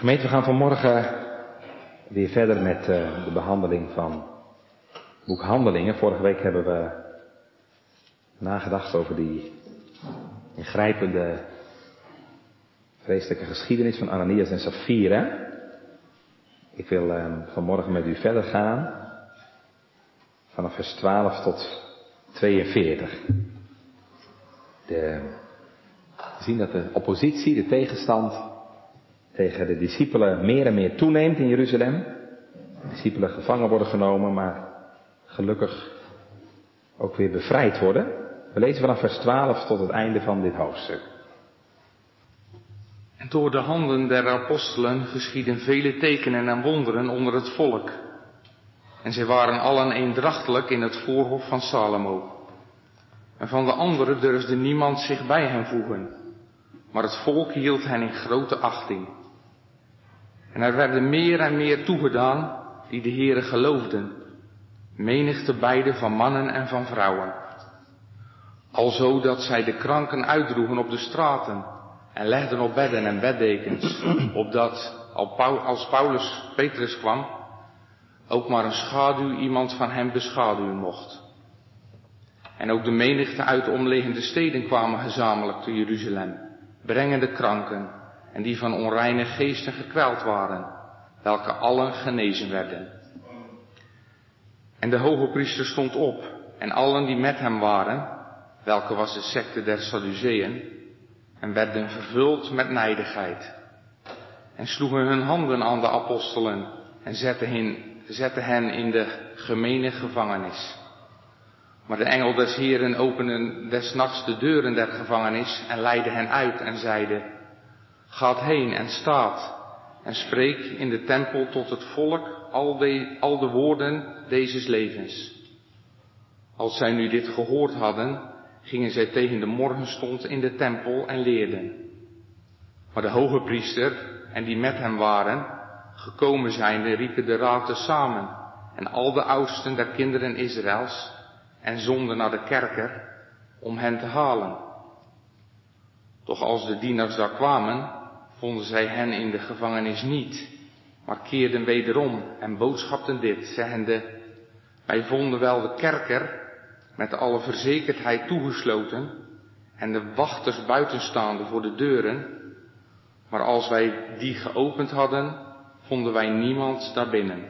Gemeente, we gaan vanmorgen weer verder met de behandeling van boek Handelingen. Vorige week hebben we nagedacht over die ingrijpende, vreselijke geschiedenis van Ananias en Sapphira. Ik wil vanmorgen met u verder gaan, vanaf vers 12 tot 42. We zien dat de oppositie, de tegenstand tegen de discipelen meer en meer toeneemt in Jeruzalem. De discipelen gevangen worden genomen, maar gelukkig ook weer bevrijd worden. We lezen vanaf vers 12 tot het einde van dit hoofdstuk. En door de handen der apostelen geschieden vele tekenen en wonderen onder het volk. En zij waren allen eendrachtelijk in het voorhof van Salomo. En van de anderen durfde niemand zich bij hen voegen. Maar het volk hield hen in grote achting. En er werden meer en meer toegedaan die de Heere geloofden. Menigte beide van mannen en van vrouwen. Alzo dat zij de kranken uitdroegen op de straten en legden op bedden en beddekens, opdat als Petrus kwam, ook maar een schaduw iemand van hem beschaduwen mocht. En ook de menigte uit de omliggende steden kwamen gezamenlijk te Jeruzalem, brengende kranken en die van onreine geesten gekweld waren, welke allen genezen werden. En de hoge priester stond op en allen die met hem waren, welke was de secte der Sadduceeën, en werden vervuld met nijdigheid. En sloegen hun handen aan de apostelen en zetten hen in de gemene gevangenis. Maar de engel des Heeren opende des nachts de deuren der gevangenis en leidde hen uit en zeide: Gaat heen en staat en spreek in de tempel tot het volk al de woorden dezes levens. Als zij nu dit gehoord hadden, gingen zij tegen de morgenstond in de tempel en leerden. Maar de hoge priester en die met hem waren, gekomen zijnde, riepen de raad tezamen en al de oudsten der kinderen Israëls en zonden naar de kerker om hen te halen. Doch als de dienaars daar kwamen, vonden zij hen in de gevangenis niet, maar keerden wederom en boodschapten dit, zeggende: Wij vonden wel de kerker met alle verzekerdheid toegesloten en de wachters buitenstaande voor de deuren, maar als wij die geopend hadden, vonden wij niemand daarbinnen.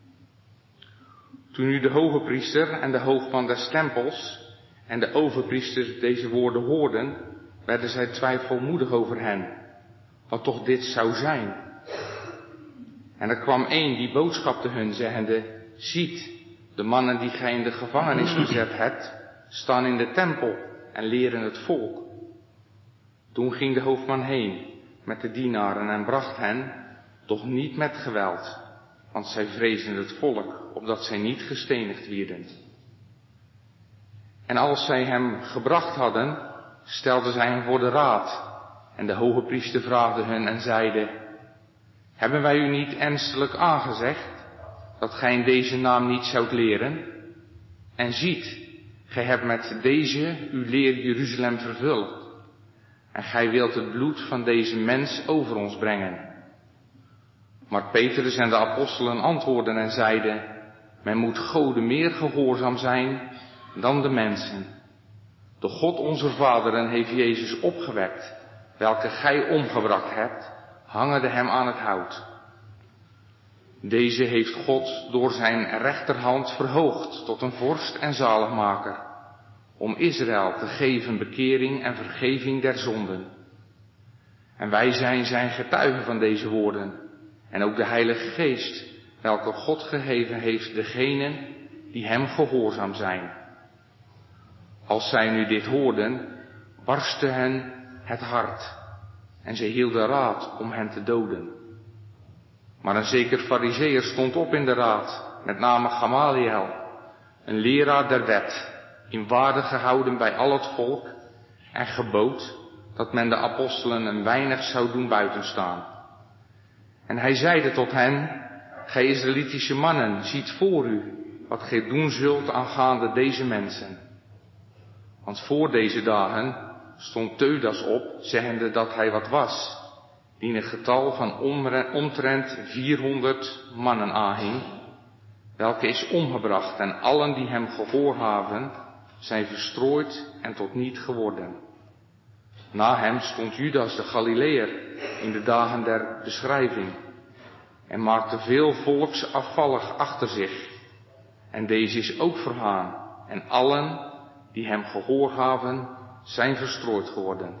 Toen nu de hoge priester en de hoofdman des tempels en de overpriesters deze woorden hoorden, werden zij twijfelmoedig over hen, wat toch dit zou zijn. En er kwam een die boodschapte hun, zeggende: Ziet, de mannen die gij in de gevangenis gezet hebt, staan in de tempel en leren het volk. Toen ging de hoofdman heen met de dienaren en bracht hen, doch niet met geweld, want zij vreesden het volk, opdat zij niet gestenigd wierden. En als zij hem gebracht hadden, stelden zij hem voor de raad. En de hoge priester vraagde hun en zeide: Hebben wij u niet ernstiglijk aangezegd, dat gij in deze naam niet zoudt leren? En ziet, gij hebt met deze uw leer Jeruzalem vervuld. En gij wilt het bloed van deze mens over ons brengen. Maar Petrus en de apostelen antwoordden en zeiden: Men moet Gode meer gehoorzaam zijn dan de mensen. De God onze vaderen heeft Jezus opgewekt, welke gij omgebracht hebt, hangende hem aan het hout. Deze heeft God door zijn rechterhand verhoogd tot een vorst en zaligmaker, om Israël te geven bekering en vergeving der zonden. En wij zijn getuigen van deze woorden, en ook de Heilige Geest, welke God gegeven heeft degenen die hem gehoorzaam zijn. Als zij nu dit hoorden, barstte hen het hart, en zij hielden raad om hen te doden. Maar een zeker Farizeeër stond op in de raad, met name Gamaliel, een leraar der wet, in waarde gehouden bij al het volk, en gebood dat men de apostelen een weinig zou doen buitenstaan. En hij zeide tot hen: Gij Israëlitische mannen, ziet voor u wat gij doen zult aangaande deze mensen. Want voor deze dagen stond Teudas op, zeggende dat hij wat was, die een getal van omtrent 400 mannen aanhing, welke is omgebracht en allen die hem gehoorhaven, zijn verstrooid en tot niet geworden. Na hem stond Judas de Galileër in de dagen der beschrijving en maakte veel volks afvallig achter zich. En deze is ook vergaan en allen die hem gehoorhaven, zijn verstrooid geworden.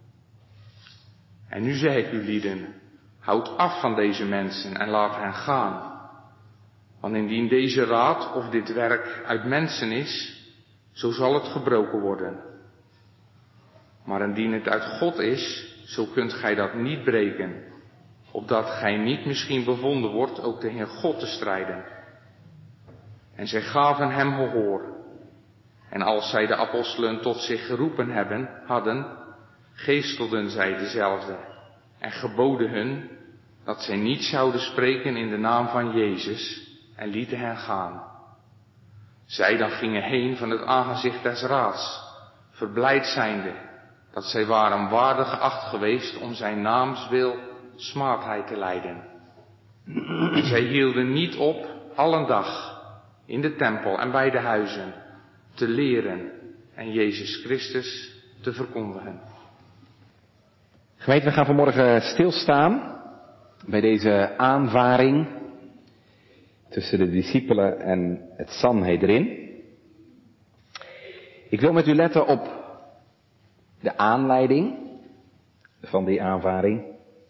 En nu zeg ik u lieden, houd af van deze mensen en laat hen gaan. Want indien deze raad of dit werk uit mensen is, zo zal het gebroken worden. Maar indien het uit God is, zo kunt gij dat niet breken, opdat gij niet misschien bevonden wordt ook tegen God te strijden. En zij gaven hem gehoor. En als zij de apostelen tot zich geroepen hadden, geestelden zij dezelfde en geboden hun dat zij niet zouden spreken in de naam van Jezus en lieten hen gaan. Zij dan gingen heen van het aangezicht des raads, verblijd zijnde dat zij waren waardig geacht geweest om zijn naams wil smaadheid te lijden. En zij hielden niet op alle dag in de tempel en bij de huizen te leren en Jezus Christus te verkondigen. Gemeente, we gaan vanmorgen stilstaan bij deze aanvaring tussen de discipelen en het Sanhedrin. Ik wil met u letten op de aanleiding van die aanvaring.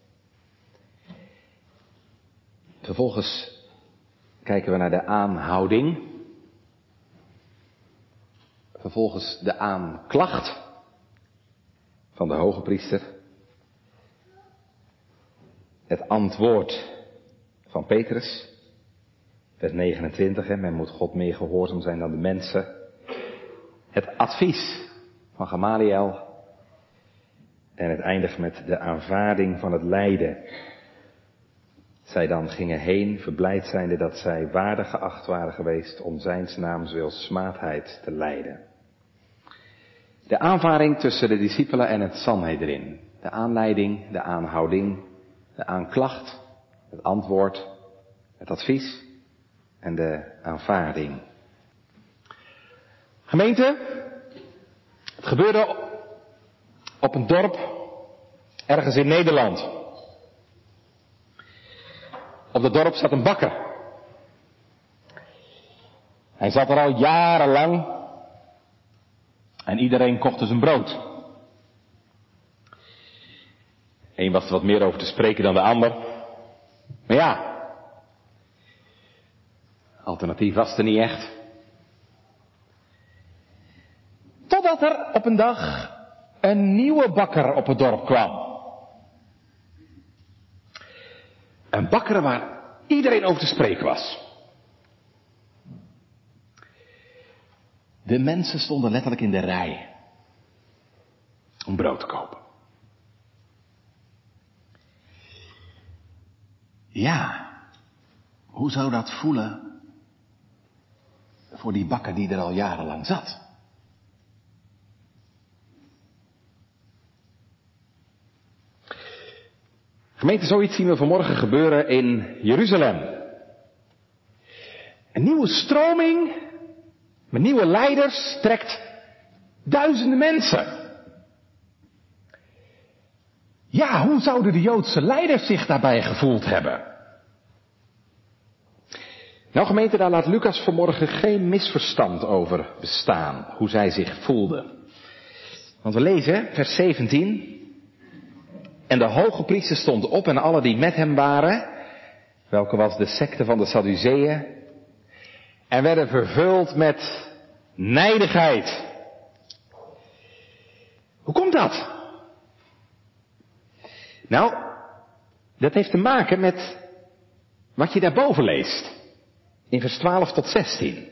Vervolgens kijken we naar de aanhouding. Vervolgens de aanklacht van de hoge priester. Het antwoord van Petrus. Vers 29, men moet God meer gehoorzaam zijn dan de mensen. Het advies van Gamaliel. En het eindigt met de aanvaarding van het lijden. Zij dan gingen heen, verblijd zijnde dat zij waardig geacht waren geweest om zijns naams wil smaadheid te lijden. De aanvaring tussen de discipelen en het Sanhedrin. De aanleiding, de aanhouding, de aanklacht, het antwoord, het advies en de aanvaarding. Gemeente, het gebeurde op een dorp ergens in Nederland. Op dat dorp zat een bakker. Hij zat er al jarenlang en iedereen kocht dus een brood. Eén was er wat meer over te spreken dan de ander. Maar ja, alternatief was er niet echt. Totdat er op een dag een nieuwe bakker op het dorp kwam. Een bakker waar iedereen over te spreken was. De mensen stonden letterlijk in de rij om brood te kopen. Ja, hoe zou dat voelen voor die bakker die er al jarenlang zat? Gemeente, zoiets zien we vanmorgen gebeuren in Jeruzalem. Een nieuwe stroming met nieuwe leiders trekt duizenden mensen. Ja, hoe zouden de Joodse leiders zich daarbij gevoeld hebben? Nou gemeente, daar laat Lucas vanmorgen geen misverstand over bestaan, hoe zij zich voelden. Want we lezen, vers 17... En de hoge priester stond op en alle die met hem waren, welke was de sekte van de Sadduceeën, en werden vervuld met nijdigheid. Hoe komt dat? Nou, dat heeft te maken met wat je daarboven leest. In vers 12 tot 16.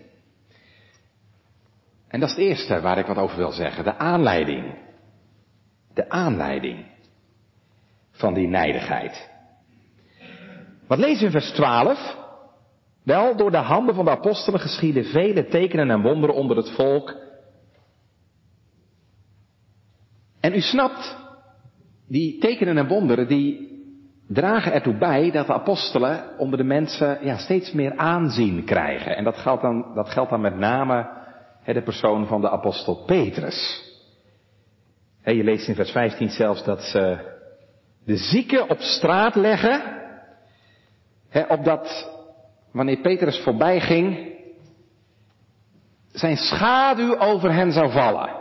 En dat is het eerste waar ik wat over wil zeggen. De aanleiding. De aanleiding van die nijdigheid. Wat lezen we in vers 12? Wel, door de handen van de apostelen geschieden vele tekenen en wonderen onder het volk. En u snapt, die tekenen en wonderen, die dragen ertoe bij dat de apostelen onder de mensen steeds meer aanzien krijgen. En dat geldt dan met name de persoon van de apostel Petrus. Je leest in vers 15 zelfs dat ze de zieken op straat leggen, opdat wanneer Petrus voorbij ging, zijn schaduw over hen zou vallen.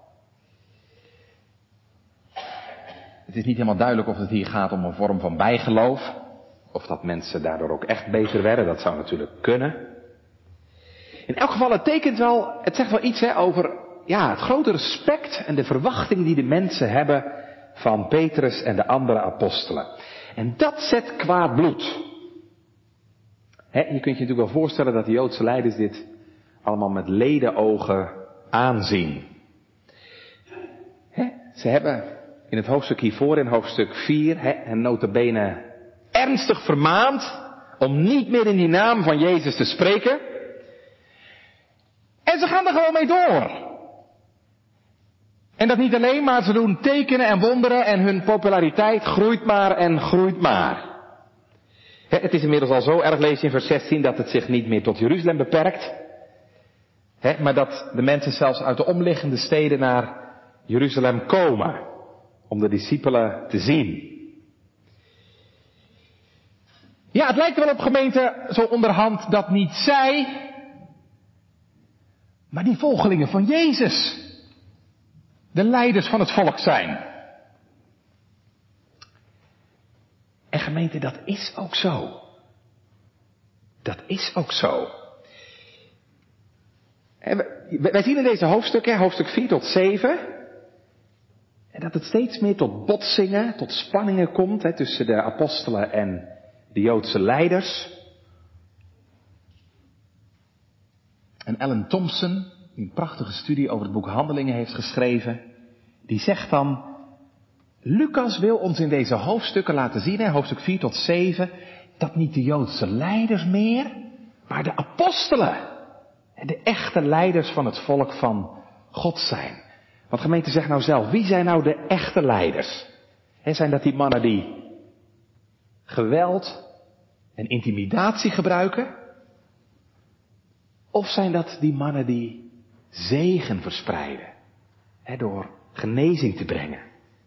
Het is niet helemaal duidelijk of het hier gaat om een vorm van bijgeloof, of dat mensen daardoor ook echt beter werden, dat zou natuurlijk kunnen. In elk geval, het zegt wel iets over het grote respect en de verwachting die de mensen hebben van Petrus en de andere apostelen. En dat zet kwaad bloed. Je kunt je natuurlijk wel voorstellen dat de Joodse leiders dit allemaal met ledenogen aanzien. Ze hebben in het hoofdstuk hiervoor, in hoofdstuk 4, hen nota bene ernstig vermaand om niet meer in die naam van Jezus te spreken. En ze gaan er gewoon mee door. En dat niet alleen, maar ze doen tekenen en wonderen en hun populariteit groeit maar en groeit maar. Het is inmiddels al zo erg, lees je in vers 16, dat het zich niet meer tot Jeruzalem beperkt. Maar dat de mensen zelfs uit de omliggende steden naar Jeruzalem komen om de discipelen te zien. Ja, het lijkt wel op, gemeente, zo onderhand, dat niet zij, maar die volgelingen van Jezus de leiders van het volk zijn. En gemeente, dat is ook zo. Dat is ook zo. Wij zien in deze hoofdstukken, hoofdstuk 4 tot 7, dat het steeds meer tot botsingen, tot spanningen komt tussen de apostelen en de Joodse leiders. En Ellen Thompson, die een prachtige studie over het boek Handelingen heeft geschreven, die zegt dan, Lucas wil ons in deze hoofdstukken laten zien, hoofdstuk 4 tot 7, dat niet de Joodse leiders meer, maar de apostelen, de echte leiders van het volk van God zijn. Want gemeente, zeg nou zelf, wie zijn nou de echte leiders? Zijn dat die mannen die geweld en intimidatie gebruiken? Of zijn dat die mannen die zegen verspreiden, door genezing te brengen?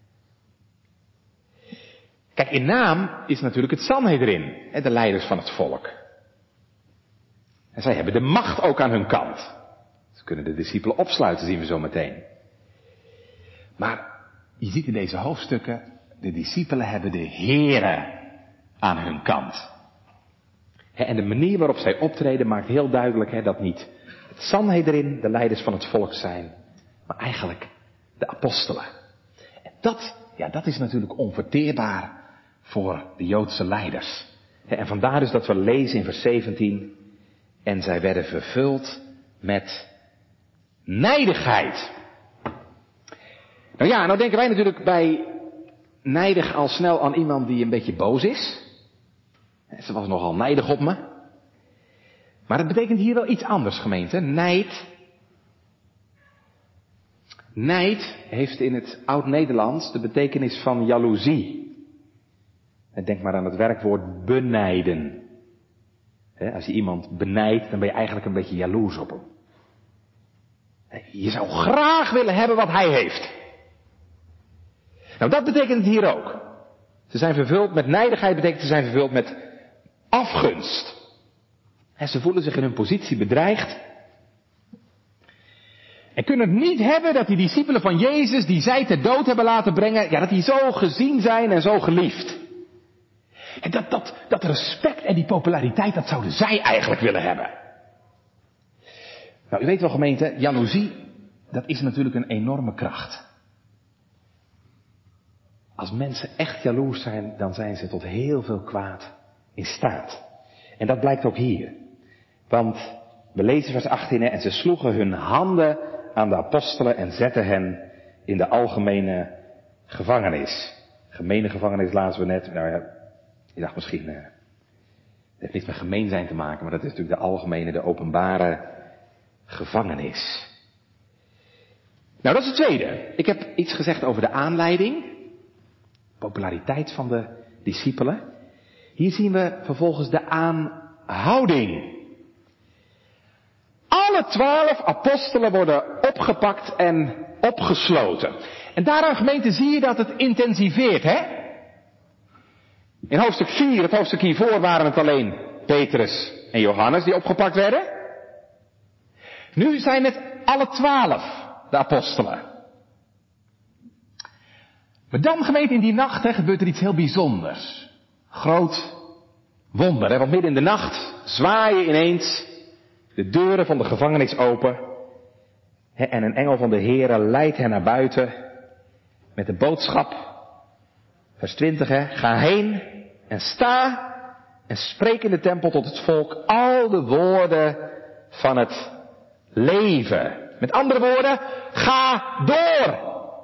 Kijk, in naam is natuurlijk het Sanhedrin, de leiders van het volk. En zij hebben de macht ook aan hun kant. Ze kunnen de discipelen opsluiten, zien we zo meteen. Maar je ziet in deze hoofdstukken, de discipelen hebben de Here aan hun kant. En de manier waarop zij optreden maakt heel duidelijk dat niet het Sanhedrin de leiders van het volk zijn, maar eigenlijk de apostelen. En dat is natuurlijk onverteerbaar voor de Joodse leiders. En vandaar dus dat we lezen in vers 17, en zij werden vervuld met nijdigheid. Nou denken wij natuurlijk bij nijdig al snel aan iemand die een beetje boos is. Ze was nogal nijdig op me. Maar het betekent hier wel iets anders, gemeente. Nijd heeft in het Oud-Nederlands de betekenis van jaloezie. En denk maar aan het werkwoord benijden. Als je iemand benijdt, dan ben je eigenlijk een beetje jaloers op hem. Je zou graag willen hebben wat hij heeft. Nou, dat betekent het hier ook. Ze zijn vervuld met nijdigheid, betekent ze zijn vervuld met afgunst. Ze voelen zich in hun positie bedreigd. En kunnen het niet hebben dat die discipelen van Jezus, die zij ter dood hebben laten brengen, dat die zo gezien zijn en zo geliefd. En dat respect en die populariteit, dat zouden zij eigenlijk willen hebben. Nou, u weet wel, gemeente, jaloezie, dat is natuurlijk een enorme kracht. Als mensen echt jaloers zijn, dan zijn ze tot heel veel kwaad in staat. En dat blijkt ook hier. Want we lezen vers 18, en ze sloegen hun handen aan de apostelen en zetten hen in de algemene gevangenis. Gemene gevangenis lazen we net. Nou ja, je dacht misschien, het heeft niets met gemeen zijn te maken, maar dat is natuurlijk de algemene, de openbare gevangenis. Nou, dat is het tweede. Ik heb iets gezegd over de aanleiding. Populariteit van de discipelen. Hier zien we vervolgens de aanhouding. Alle 12 apostelen worden opgepakt en opgesloten. En daaraan, gemeente, zie je dat het intensiveert, hè? In hoofdstuk 4, het hoofdstuk hiervoor, waren het alleen Petrus en Johannes die opgepakt werden. Nu zijn het alle 12, de apostelen. Maar dan, gemeente, in die nacht gebeurt er iets heel bijzonders. Groot wonder, hè? Want midden in de nacht zwaaien ineens de deuren van de gevangenis open. En een engel van de Heere leidt hen naar buiten met de boodschap. Vers 20, ga heen en sta en spreek in de tempel tot het volk al de woorden van het leven. Met andere woorden, ga door.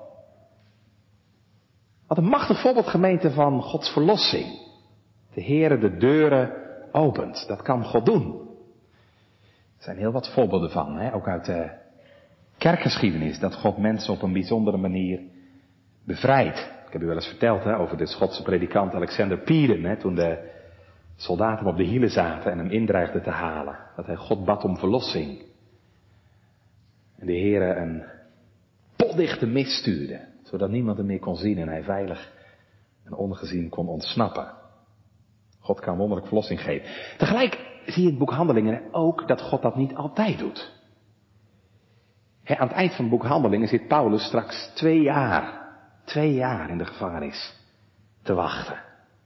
Wat een machtig voorbeeld, gemeente, van Gods verlossing. De Heere de deuren opent. Dat kan God doen. Er zijn heel wat voorbeelden van, hè? Ook uit de kerkgeschiedenis, dat God mensen op een bijzondere manier bevrijdt. Ik heb u wel eens verteld, hè, over de Schotse predikant Alexander Peden, hè, toen de soldaten hem op de hielen zaten en hem indreigden te halen. Dat hij God bad om verlossing. En de Heere een potdichte mist stuurde, zodat niemand hem meer kon zien en hij veilig en ongezien kon ontsnappen. God kan wonderlijk verlossing geven. Tegelijk zie je in het boek Handelingen ook dat God dat niet altijd doet. Aan het eind van het boek Handelingen zit Paulus straks 2 jaar in de gevangenis te wachten.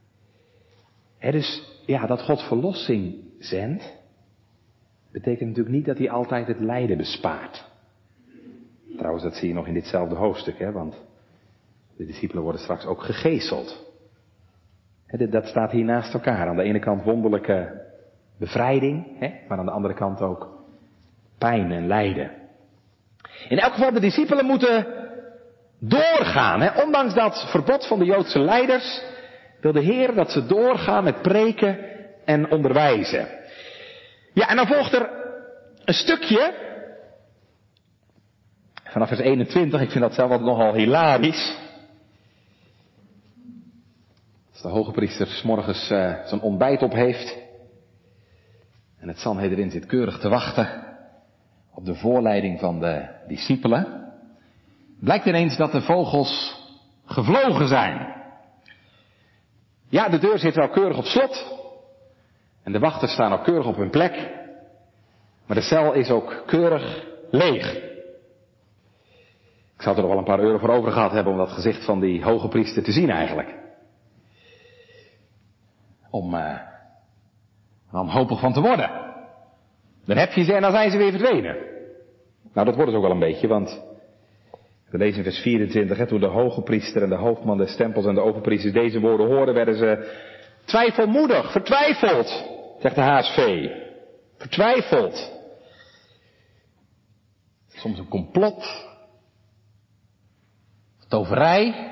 Dus ja, dat God verlossing zendt, betekent natuurlijk niet dat hij altijd het lijden bespaart. Trouwens, dat zie je nog in ditzelfde hoofdstuk, hè, want de discipelen worden straks ook gegezeld. Dat staat hier naast elkaar. Aan de ene kant wonderlijke bevrijding, maar aan de andere kant ook pijn en lijden. In elk geval, de discipelen moeten doorgaan. Ondanks dat verbod van de Joodse leiders wil de Heer dat ze doorgaan met preken en onderwijzen. Ja, en dan volgt er een stukje vanaf vers 21. Ik vind dat zelf nogal hilarisch. Als de hoge priester 's morgens zijn ontbijt op heeft en het Sanhedrin zit keurig te wachten op de voorleiding van de discipelen, blijkt ineens dat de vogels gevlogen zijn. Ja, de deur zit wel keurig op slot en de wachters staan ook keurig op hun plek, maar de cel is ook keurig leeg. Ik zou er nog wel een paar euro voor over gehad hebben om dat gezicht van die hoge priester te zien eigenlijk. Om wanhopig van te worden. Dan heb je ze en dan zijn ze weer verdwenen. Nou, dat wordt het ook wel een beetje, want we lezen in vers 24, toen de hoge priester en de hoofdman des tempels en de overpriesters deze woorden hoorden, werden ze twijfelmoedig, vertwijfeld, zegt de HSV. Vertwijfeld. Soms een complot. Toverij.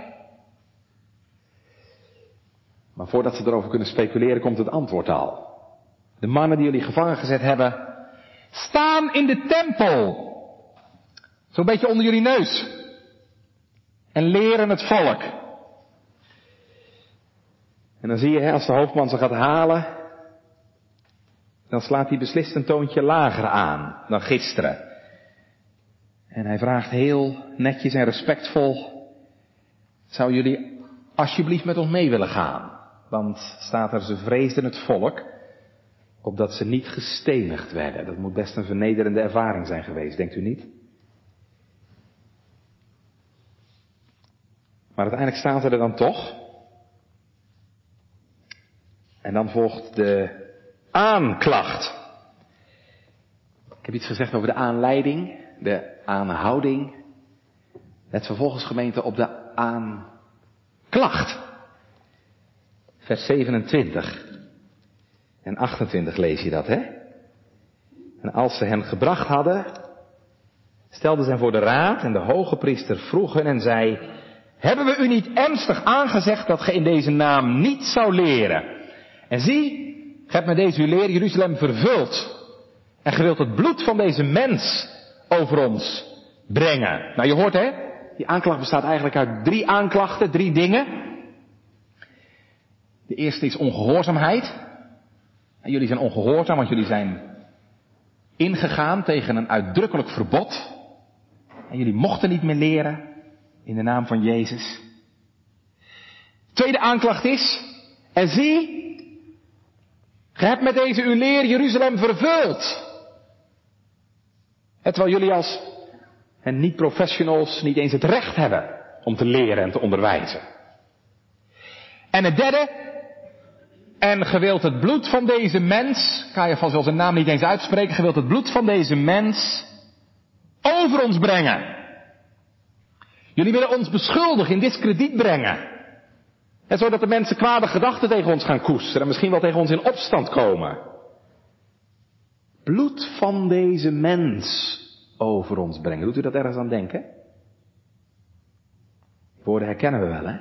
Maar voordat ze erover kunnen speculeren, komt het antwoord al. De mannen die jullie gevangen gezet hebben, staan in de tempel. Zo'n beetje onder jullie neus. En leren het volk. En dan zie je, als de hoofdman ze gaat halen, dan slaat hij beslist een toontje lager aan dan gisteren. En hij vraagt heel netjes en respectvol, zou jullie alsjeblieft met ons mee willen gaan? Want staat er, ze vreesden het volk, opdat ze niet gestenigd werden. Dat moet best een vernederende ervaring zijn geweest, denkt u niet? Maar uiteindelijk staat er dan toch. En dan volgt de aanklacht. Ik heb iets gezegd over de aanleiding, de aanhouding. Let vervolgens, gemeente, op de aanklacht. Vers 27 en 28 lees je dat, hè? En als ze hen gebracht hadden, stelden ze hen voor de raad en de hoge priester vroeg hen en zei, hebben we u niet ernstig aangezegd dat ge in deze naam niet zou leren? En zie, ge hebt met deze uw leer Jeruzalem vervuld. En ge wilt het bloed van deze mens over ons brengen. Nou, je hoort, hè? Die aanklacht bestaat eigenlijk uit 3 aanklachten, 3 dingen. De eerste is ongehoorzaamheid. En jullie zijn ongehoorzaam, want jullie zijn ingegaan tegen een uitdrukkelijk verbod. En jullie mochten niet meer leren in de naam van Jezus. Tweede aanklacht is, en zie, ge hebt met deze uw leer Jeruzalem vervuld. Terwijl jullie als niet-professionals niet eens het recht hebben om te leren en te onderwijzen. En het derde, en ge wilt het bloed van deze mens, Caiaphas wil zijn naam niet eens uitspreken, ge wilt het bloed van deze mens over ons brengen. Jullie willen ons beschuldigen, in diskrediet brengen. En zodat de mensen kwade gedachten tegen ons gaan koesteren en misschien wel tegen ons in opstand komen. Bloed van deze mens over ons brengen. Doet u dat ergens aan denken? Die woorden herkennen we wel, hè?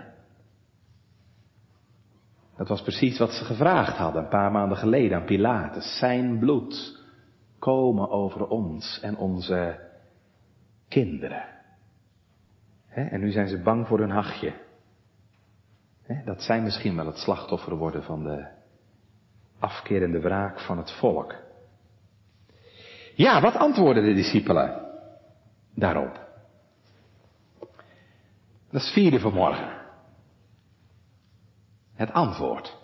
Dat was precies wat ze gevraagd hadden een paar maanden geleden aan Pilatus. Zijn bloed komen over ons en onze kinderen. En nu zijn ze bang voor hun hachje. Dat zij misschien wel het slachtoffer worden van de afkerende wraak van het volk. Ja, wat antwoorden de discipelen daarop? Dat is vierde vanmorgen. Het antwoord.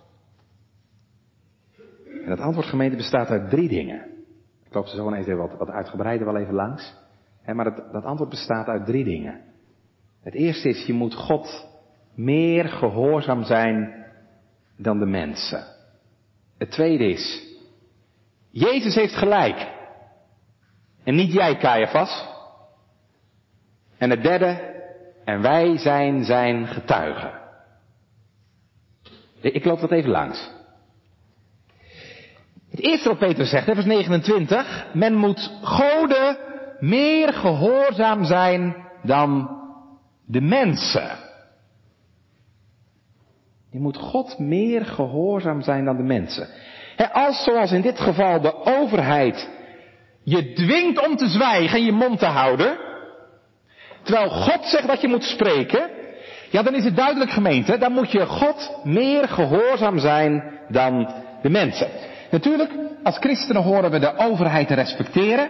En het antwoord, gemeente, bestaat uit 3 dingen. Ik loop ze zo even wat uitgebreider wel even langs. Maar dat antwoord bestaat uit 3 dingen. Het eerste is, je moet God meer gehoorzaam zijn dan de mensen. Het tweede is, Jezus heeft gelijk. En niet jij, Caiaphas. En het derde, en wij zijn zijn getuigen. Ik loop dat even langs. Het eerste wat Petrus zegt, vers 29, men moet Gode meer gehoorzaam zijn dan de mensen. Je moet God meer gehoorzaam zijn dan de mensen. Als zoals in dit geval de overheid je dwingt om te zwijgen en je mond te houden, terwijl God zegt dat je moet spreken, ja, dan is het duidelijk, gemeente, dan moet je God meer gehoorzaam zijn dan de mensen. Natuurlijk, als christenen horen we de overheid te respecteren.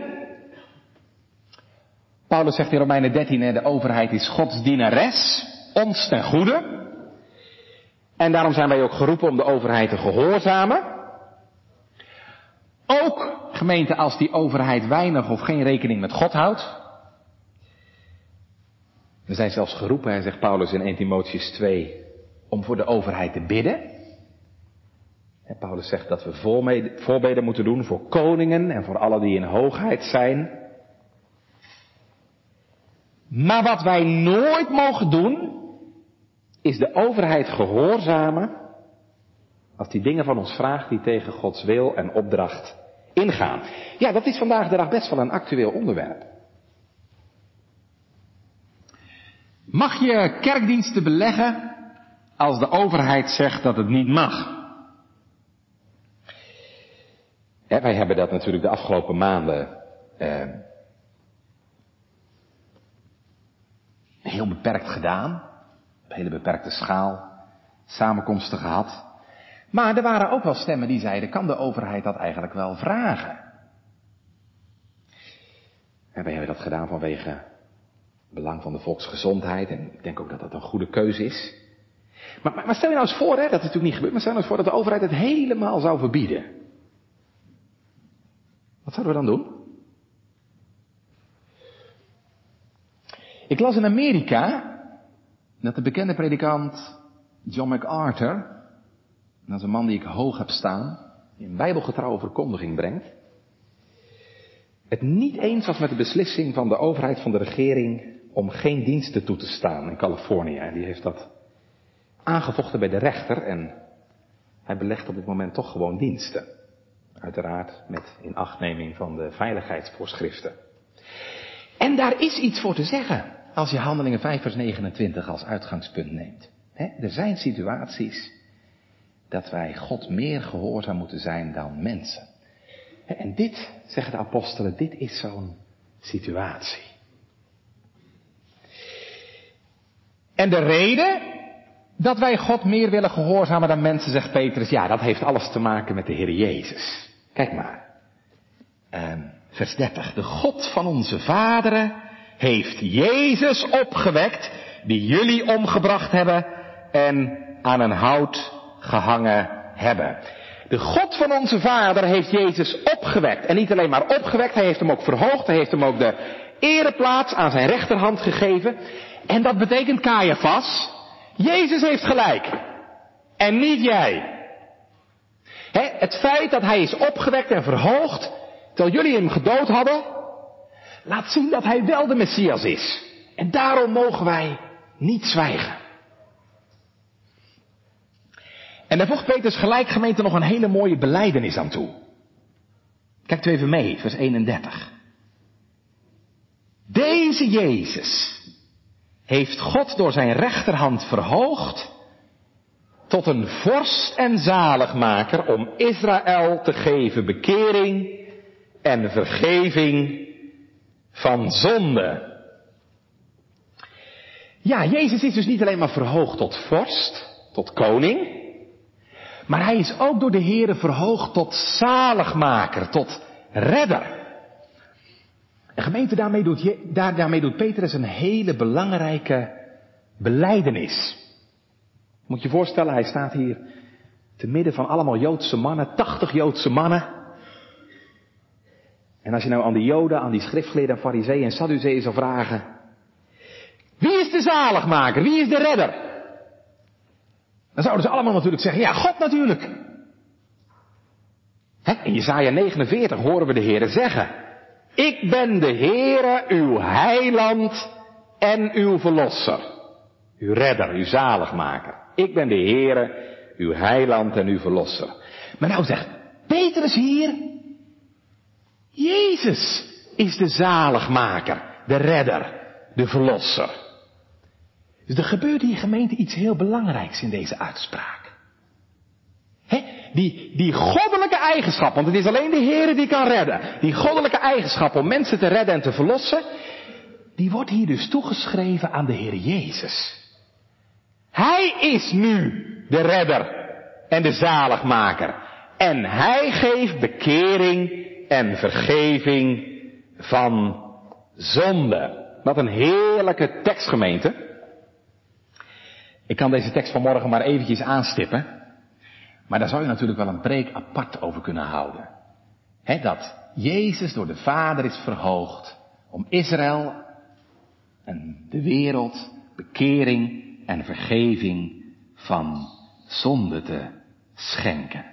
Paulus zegt in Romeinen 13, de overheid is Gods dienares, ons ten goede. En daarom zijn wij ook geroepen om de overheid te gehoorzamen. Ook, gemeente, als die overheid weinig of geen rekening met God houdt. We zijn zelfs geroepen, zegt Paulus in 1 Timotheüs 2, om voor de overheid te bidden. En Paulus zegt dat we voorbeden moeten doen voor koningen en voor alle die in hoogheid zijn. Maar wat wij nooit mogen doen, is de overheid gehoorzamen als die dingen van ons vraagt die tegen Gods wil en opdracht ingaan. Ja, dat is vandaag de dag best wel een actueel onderwerp. Mag je kerkdiensten beleggen als de overheid zegt dat het niet mag? Wij hebben dat natuurlijk de afgelopen maanden heel beperkt gedaan. Op hele beperkte schaal. Samenkomsten gehad. Maar er waren ook wel stemmen die zeiden, kan de overheid dat eigenlijk wel vragen? En wij hebben dat gedaan vanwege het belang van de volksgezondheid. En ik denk ook dat dat een goede keuze is. Maar stel je nou eens voor, dat is natuurlijk niet gebeurd. Maar stel je nou eens voor dat de overheid het helemaal zou verbieden. Wat zouden we dan doen? Ik las in Amerika dat de bekende predikant John MacArthur, dat is een man die ik hoog heb staan, die een bijbelgetrouwe verkondiging brengt, het niet eens was met de beslissing van de overheid van de regering om geen diensten toe te staan in Californië. En die heeft dat aangevochten bij de rechter en hij belegt op dit moment toch gewoon diensten. Uiteraard met inachtneming van de veiligheidsvoorschriften. En daar is iets voor te zeggen als je Handelingen 5 vers 29 als uitgangspunt neemt. Er zijn situaties dat wij God meer gehoorzaam moeten zijn dan mensen. En dit, zeggen de apostelen, dit is zo'n situatie. En de Dat wij God meer willen gehoorzamen dan mensen, zegt Petrus, ja, dat heeft alles te maken met de Heer Jezus. Kijk maar. Vers 30. De God van onze vaderen heeft Jezus opgewekt, die jullie omgebracht hebben en aan een hout gehangen hebben. De God van onze vader heeft Jezus opgewekt. En niet alleen maar opgewekt, hij heeft hem ook verhoogd. Hij heeft hem ook de ereplaats aan zijn rechterhand gegeven. En dat betekent, Caiaphas, Jezus heeft gelijk. En niet jij. Het feit dat hij is opgewekt en verhoogd, terwijl jullie hem gedood hadden, laat zien dat hij wel de Messias is. En daarom mogen wij niet zwijgen. En daar voegt Petrus gelijk, gemeente, nog een hele mooie belijdenis aan toe. Kijkt u even mee, vers 31. Deze Jezus heeft God door zijn rechterhand verhoogd tot een vorst en zaligmaker om Israël te geven bekering en vergeving van zonde. Ja, Jezus is dus niet alleen maar verhoogd tot vorst, tot koning, maar hij is ook door de Heere verhoogd tot zaligmaker, tot redder. En gemeente, daarmee doet Petrus een hele belangrijke belijdenis. Moet je je voorstellen, hij staat hier te midden van allemaal Joodse mannen, 80 Joodse mannen. En als je nou aan die Joden, aan die schriftgeleerden, farizeeën en sadduceeën zou vragen, wie is de zaligmaker, wie is de redder? Dan zouden ze allemaal natuurlijk zeggen, ja, God natuurlijk. In Jesaja 49 horen we de Heere zeggen, ik ben de Heere, uw heiland en uw verlosser. Uw redder, uw zaligmaker. Ik ben de Heere, uw heiland en uw verlosser. Maar nou zegt Petrus hier, Jezus is de zaligmaker, de redder, de verlosser. Dus er gebeurt hier, gemeente, iets heel belangrijks in deze uitspraak. Die goddelijke eigenschap, want het is alleen de Heere die kan redden. Die goddelijke eigenschap om mensen te redden en te verlossen, die wordt hier dus toegeschreven aan de Heer Jezus. Hij is nu de redder en de zaligmaker. En hij geeft bekering en vergeving van zonde. Wat een heerlijke tekst, gemeente. Ik kan deze tekst vanmorgen maar eventjes aanstippen. Maar daar zou je natuurlijk wel een preek apart over kunnen houden. Dat Jezus door de Vader is verhoogd om Israël en de wereld bekering en vergeving van zonde te schenken.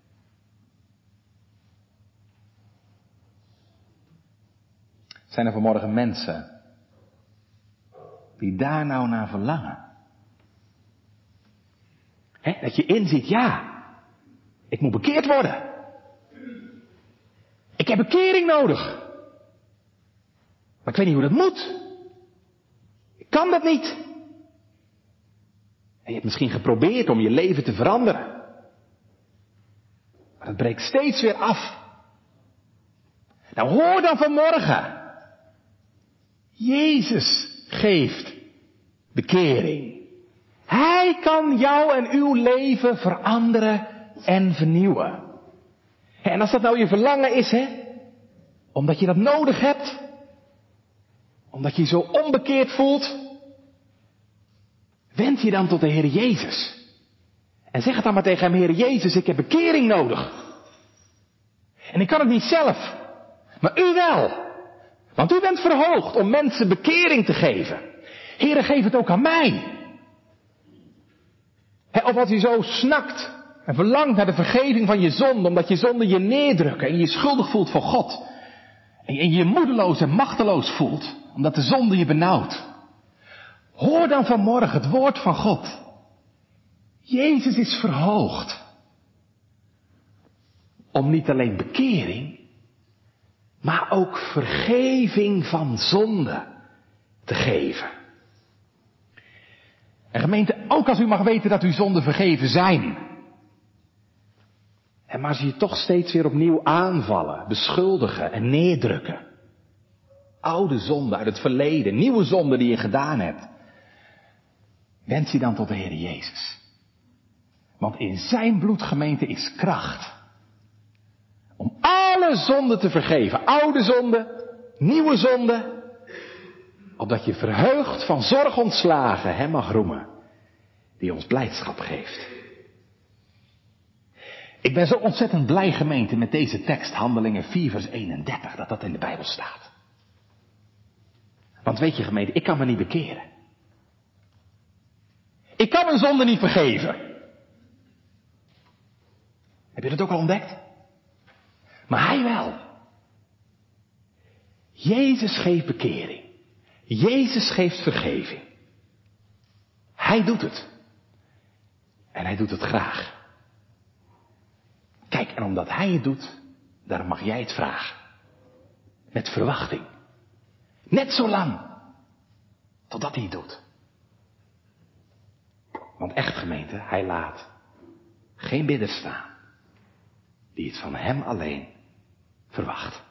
Zijn er vanmorgen mensen die daar nou naar verlangen? Dat je inziet, ja, ik moet bekeerd worden. Ik heb bekering nodig. Maar ik weet niet hoe dat moet. Ik kan dat niet. En je hebt misschien geprobeerd om je leven te veranderen. Maar dat breekt steeds weer af. Nou, hoor dan vanmorgen. Jezus geeft bekering. Hij kan jou en uw leven veranderen en vernieuwen. En als dat nou je verlangen is, omdat je dat nodig hebt, omdat je je zo onbekeerd voelt, wend je dan tot de Heer Jezus. En zeg het dan maar tegen hem, Heer Jezus, ik heb bekering nodig. En ik kan het niet zelf, maar u wel. Want u bent verhoogd om mensen bekering te geven. Heere, geef het ook aan mij. Of als u zo snakt en verlangt naar de vergeving van je zonde, omdat je zonden je neerdrukken en je schuldig voelt voor God. En je je moedeloos en machteloos voelt, omdat de zonde je benauwt. Hoor dan vanmorgen het woord van God. Jezus is verhoogd. Om niet alleen bekering, maar ook vergeving van zonde te geven. En gemeente, ook als u mag weten dat uw zonden vergeven zijn. En maar ze je toch steeds weer opnieuw aanvallen, beschuldigen en neerdrukken. Oude zonden uit het verleden, nieuwe zonden die je gedaan hebt. wend je dan tot de Heer Jezus. Want in zijn bloed, gemeente, is kracht. Om alle zonden te vergeven. Oude zonden, nieuwe zonden. Opdat je verheugd van zorg ontslagen hem mag roemen. Die ons blijdschap geeft. Ik ben zo ontzettend blij, gemeente, met deze tekst, Handelingen 4 vers 31, dat in de Bijbel staat. Want weet je, gemeente, ik kan me niet bekeren. Ik kan mijn zonde niet vergeven. Heb je dat ook al ontdekt? Maar hij wel. Jezus geeft bekering. Jezus geeft vergeving. Hij doet het. En hij doet het graag. Kijk, en omdat hij het doet, daarom mag jij het vragen. Met verwachting. Net zo lang. Totdat hij het doet. Want echt, gemeente, hij laat geen bidder staan die het van hem alleen verwacht.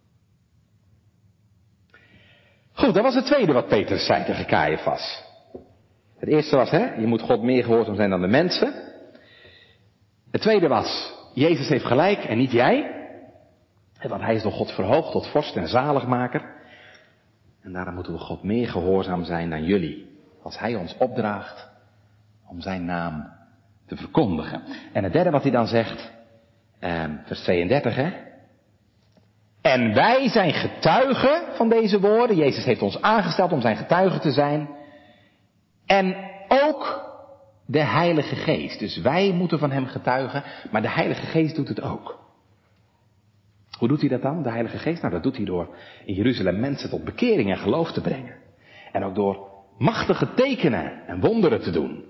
Goed, dat was het tweede wat Petrus zei tegen Caiaphas. Het eerste was, je moet God meer gehoorzaam zijn dan de mensen. Het tweede was, Jezus heeft gelijk en niet jij. Want hij is door God verhoogd tot vorst en zaligmaker. En daarom moeten we God meer gehoorzaam zijn dan jullie. Als hij ons opdraagt om zijn naam te verkondigen. En het derde wat hij dan zegt, vers 32, En wij zijn getuigen van deze woorden. Jezus heeft ons aangesteld om zijn getuigen te zijn. En ook de Heilige Geest. Dus wij moeten van hem getuigen, maar de Heilige Geest doet het ook. Hoe doet hij dat dan, de Heilige Geest? Nou, dat doet hij door in Jeruzalem mensen tot bekering en geloof te brengen. En ook door machtige tekenen en wonderen te doen.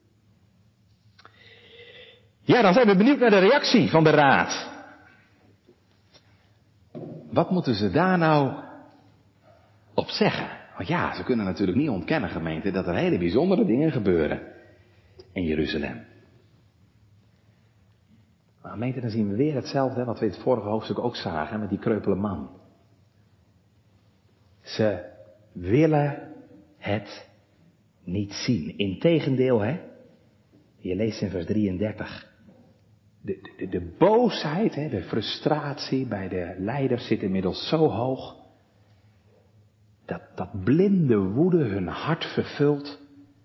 Ja, dan zijn we benieuwd naar de reactie van de raad. Wat moeten ze daar nou op zeggen? Want ja, ze kunnen natuurlijk niet ontkennen, gemeente, dat er hele bijzondere dingen gebeuren in Jeruzalem. Maar gemeente, dan zien we weer hetzelfde wat we in het vorige hoofdstuk ook zagen met die kreupele man. Ze willen het niet zien. Integendeel, je leest in vers 33. De boosheid, de frustratie bij de leiders zit inmiddels zo hoog. Dat blinde woede hun hart vervult.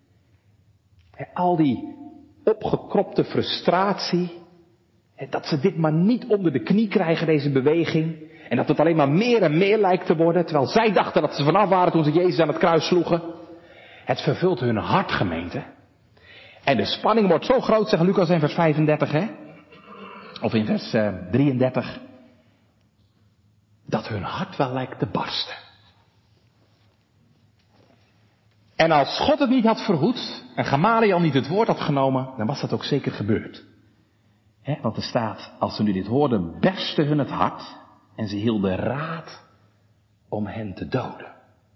Al die opgekropte frustratie. Dat ze dit maar niet onder de knie krijgen, deze beweging. En dat het alleen maar meer en meer lijkt te worden. Terwijl zij dachten dat ze vanaf waren toen ze Jezus aan het kruis sloegen. Het vervult hun hart, gemeente. En de spanning wordt zo groot, zegt Lucas in vers 35, of in vers 33. Dat hun hart wel lijkt te barsten. En als God het niet had verhoed, en Gamaliel niet het woord had genomen, dan was dat ook zeker gebeurd. Want er staat, als ze nu dit hoorden, berstte hun het hart en ze hielden raad om hen te doden.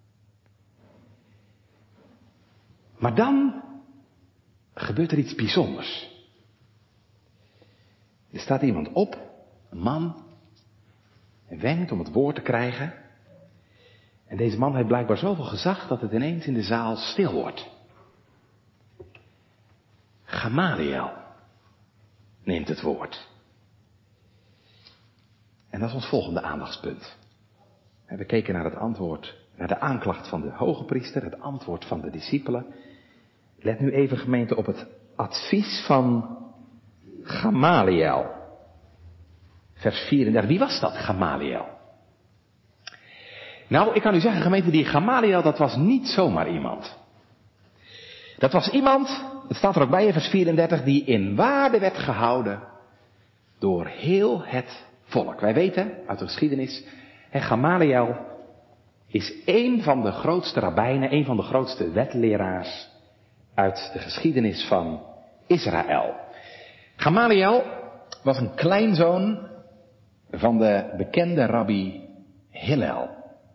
Maar dan gebeurt er iets bijzonders. Er staat iemand op, een man, en wenkt om het woord te krijgen. En deze man heeft blijkbaar zoveel gezag dat het ineens in de zaal stil wordt. Gamaliel neemt het woord. En dat is ons volgende aandachtspunt. We keken naar het antwoord, naar de aanklacht van de hoge priester, het antwoord van de discipelen. Let nu even, gemeente, op het advies van Gamaliel. Vers 34. Wie was dat, Gamaliel? Nou, ik kan u zeggen, gemeente, die Gamaliel, dat was niet zomaar iemand. Dat was iemand, het staat er ook bij in vers 34, die in waarde werd gehouden door heel het volk. Wij weten uit de geschiedenis, Gamaliel is één van de grootste rabbijnen, één van de grootste wetleraars uit de geschiedenis van Israël. Gamaliel was een kleinzoon van de bekende rabbi Hillel.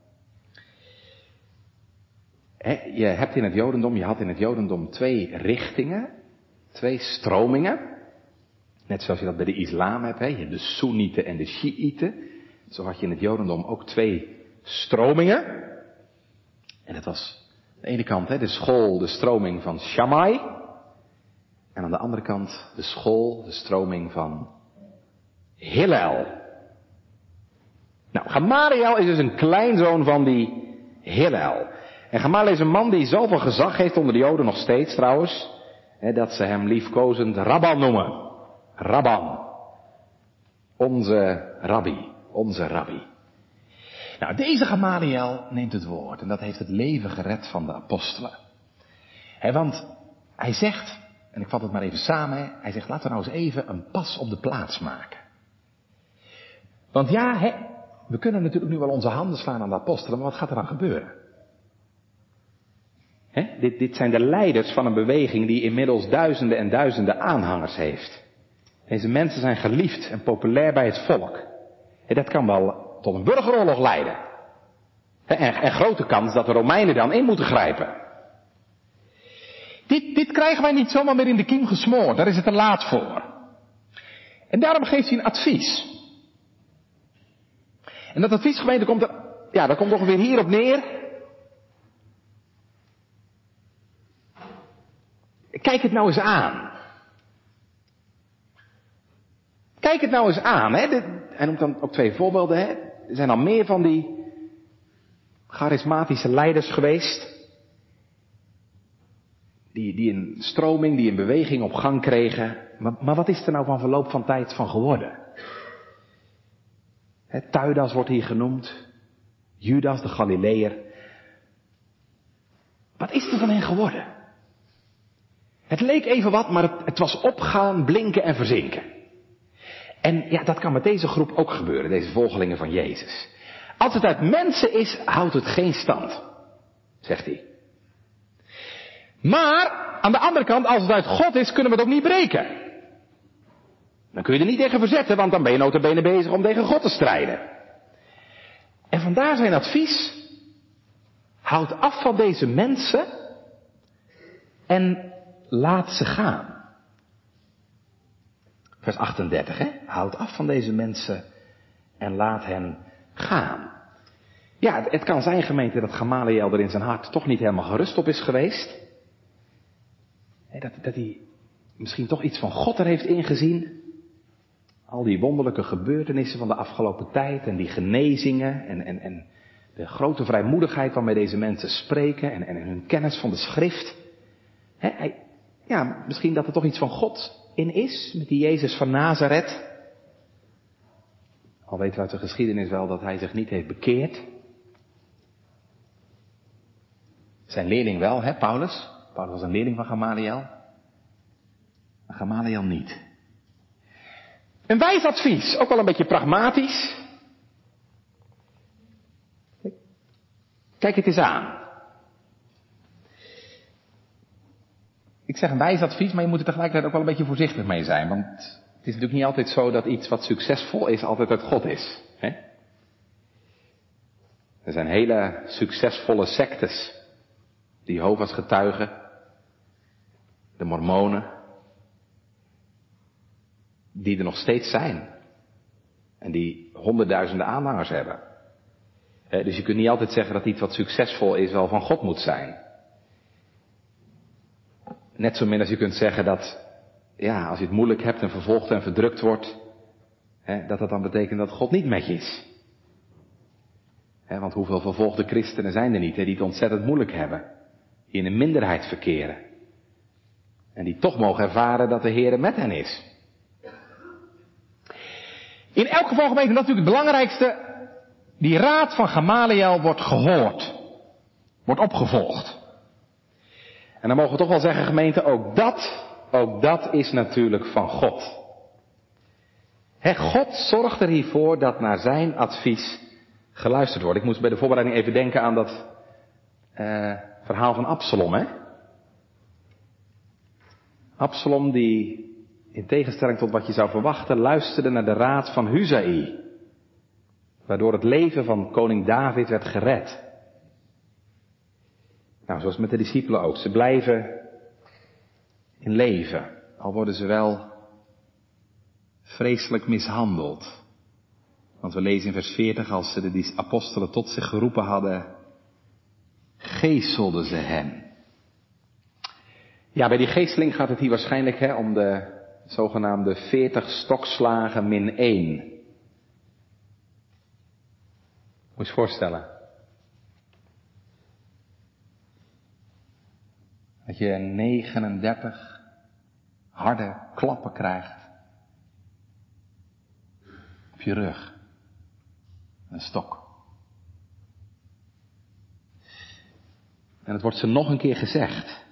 Je had in het Jodendom twee richtingen, twee stromingen. Net zoals je dat bij de islam hebt, je hebt de Soenieten en de Shiiten. Zo had je in het Jodendom ook twee stromingen. En dat was de ene kant de school, de stroming van Shammai. En aan de andere kant de school, de stroming van Hillel. Nou, Gamaliel is dus een kleinzoon van die Hillel. En Gamaliel is een man die zoveel gezag heeft onder de Joden nog steeds trouwens, dat ze hem liefkozend Rabban noemen. Rabban. Onze rabbi. Onze rabbi. Nou, deze Gamaliel neemt het woord en dat heeft het leven gered van de apostelen. Want hij zegt, en ik vat het maar even samen, hij zegt laten we nou eens even een pas op de plaats maken. Want ja, we kunnen natuurlijk nu wel onze handen slaan aan de apostelen, maar wat gaat er dan gebeuren? Dit zijn de leiders van een beweging die inmiddels duizenden en duizenden aanhangers heeft. Deze mensen zijn geliefd en populair bij het volk. Dat kan wel tot een burgeroorlog leiden. En grote kans dat de Romeinen dan in moeten grijpen. Dit krijgen wij niet zomaar meer in de kiem gesmoord. Daar is het te laat voor. En daarom geeft hij een advies. En dat advies, gemeente, dat komt ongeveer hierop neer. Kijk het nou eens aan. Kijk het nou eens aan. Hij noemt dan ook 2 voorbeelden. Er zijn al meer van die charismatische leiders geweest. Die een stroming, die een beweging op gang kregen. Maar wat is er nou van verloop van tijd van geworden? Theudas wordt hier genoemd. Judas, de Galileër. Wat is er van hen geworden? Het leek even wat, maar het was opgaan, blinken en verzinken. En ja, dat kan met deze groep ook gebeuren, deze volgelingen van Jezus. Als het uit mensen is, houdt het geen stand, zegt hij. Maar, aan de andere kant, als het uit God is, kunnen we het ook niet breken. Dan kun je er niet tegen verzetten, want dan ben je nota bene bezig om tegen God te strijden. En vandaar zijn advies, houd af van deze mensen en laat ze gaan. Vers 38, houd af van deze mensen en laat hen gaan. Ja, het kan zijn, gemeente, dat Gamaliel er in zijn hart toch niet helemaal gerust op is geweest. Dat hij misschien toch iets van God er heeft ingezien. Al die wonderlijke gebeurtenissen van de afgelopen tijd en die genezingen en de grote vrijmoedigheid waarmee deze mensen spreken en hun kennis van de schrift. Misschien dat er toch iets van God in is, met die Jezus van Nazareth. Al weten we uit de geschiedenis wel dat hij zich niet heeft bekeerd. Zijn leerling wel, Paulus. Paulus was een leerling van Gamaliel. Maar Gamaliel niet. Een wijs advies, ook wel een beetje pragmatisch. Kijk het eens aan. Ik zeg een wijs advies, maar je moet er tegelijkertijd ook wel een beetje voorzichtig mee zijn. Want het is natuurlijk niet altijd zo dat iets wat succesvol is, altijd uit God is. Er zijn hele succesvolle sectes. De Jehovah's getuigen. De Mormonen. Die er nog steeds zijn. En die honderdduizenden aanhangers hebben. Dus je kunt niet altijd zeggen dat iets wat succesvol is wel van God moet zijn. Net zo min als je kunt zeggen dat, als je het moeilijk hebt en vervolgd en verdrukt wordt, dat dan betekent dat God niet met je is. Want hoeveel vervolgde christenen zijn er niet, die het ontzettend moeilijk hebben. Die in een minderheid verkeren. En die toch mogen ervaren dat de Heer met hen is. In elk geval, gemeente, dat is natuurlijk het belangrijkste. Die raad van Gamaliel wordt gehoord. Wordt opgevolgd. En dan mogen we toch wel zeggen, gemeente, ook dat is natuurlijk van God. God zorgt er hiervoor dat naar zijn advies geluisterd wordt. Ik moest bij de voorbereiding even denken aan dat verhaal van Absalom. Absalom die, in tegenstelling tot wat je zou verwachten, luisterde naar de raad van Huzai. Waardoor het leven van koning David werd gered. Nou, zoals met de discipelen ook. Ze blijven in leven. Al worden ze wel vreselijk mishandeld. Want we lezen in vers 40, als ze de apostelen tot zich geroepen hadden, geeselden ze hem. Ja, bij die geesteling gaat het hier waarschijnlijk om de zogenaamde 40 stokslagen min 1. Moet je eens voorstellen. Dat je 39 harde klappen krijgt. Op je rug. Een stok. En het wordt ze nog een keer gezegd.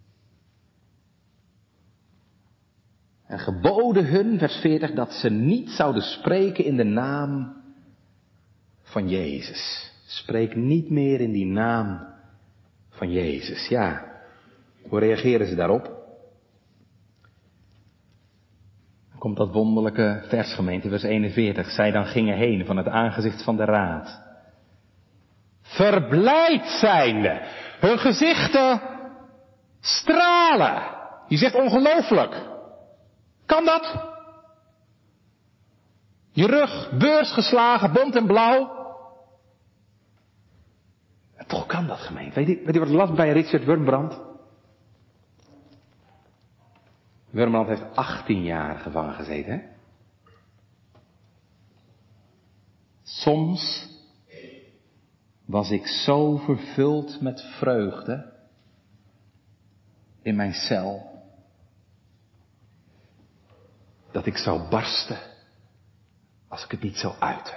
En geboden hun, vers 40, dat ze niet zouden spreken in de naam van Jezus. Spreek niet meer in die naam van Jezus. Ja, hoe reageren ze daarop? Dan komt dat wonderlijke vers, gemeente, vers 41. Zij dan gingen heen van het aangezicht van de raad. Verblijd zijnde. Hun gezichten stralen. Je zegt ongelooflijk. Kan dat? Je rug beursgeslagen, bont en blauw. En toch kan dat, gemeente. Weet je wat las bij Richard Wurmbrand? Wurmbrand heeft 18 jaar gevangen gezeten, hè? Soms was ik zo vervuld met vreugde in mijn cel, dat ik zou barsten als ik het niet zou uiten.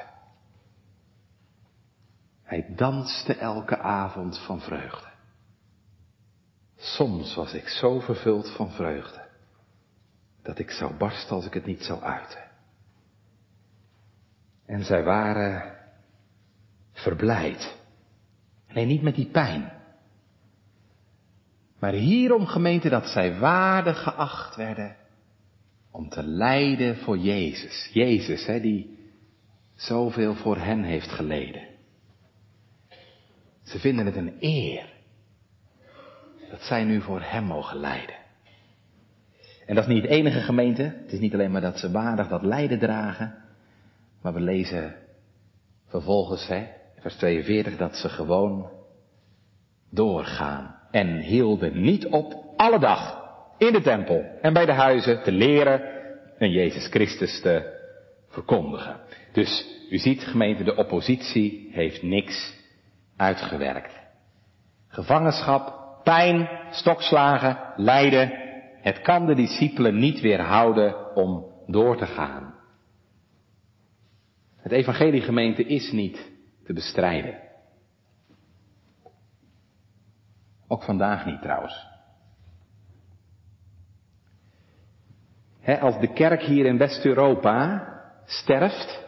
Hij danste elke avond van vreugde. Soms was ik zo vervuld van vreugde, dat ik zou barsten als ik het niet zou uiten. En zij waren verblijd. Nee, niet met die pijn. Maar hierom, gemeente, dat zij waardig geacht werden om te lijden voor Jezus. Jezus, die zoveel voor hen heeft geleden. Ze vinden het een eer dat zij nu voor hem mogen lijden. En dat is niet het enige, gemeente. Het is niet alleen maar dat ze waardig dat lijden dragen. Maar we lezen vervolgens, vers 42, dat ze gewoon doorgaan. En hielden niet op alle dag in de tempel en bij de huizen te leren en Jezus Christus te verkondigen. Dus u ziet, gemeente, de oppositie heeft niks uitgewerkt. Gevangenschap, pijn, stokslagen, lijden. Het kan de discipelen niet weerhouden om door te gaan. Het evangelie, gemeente, is niet te bestrijden. Ook vandaag niet trouwens. Als de kerk hier in West-Europa sterft,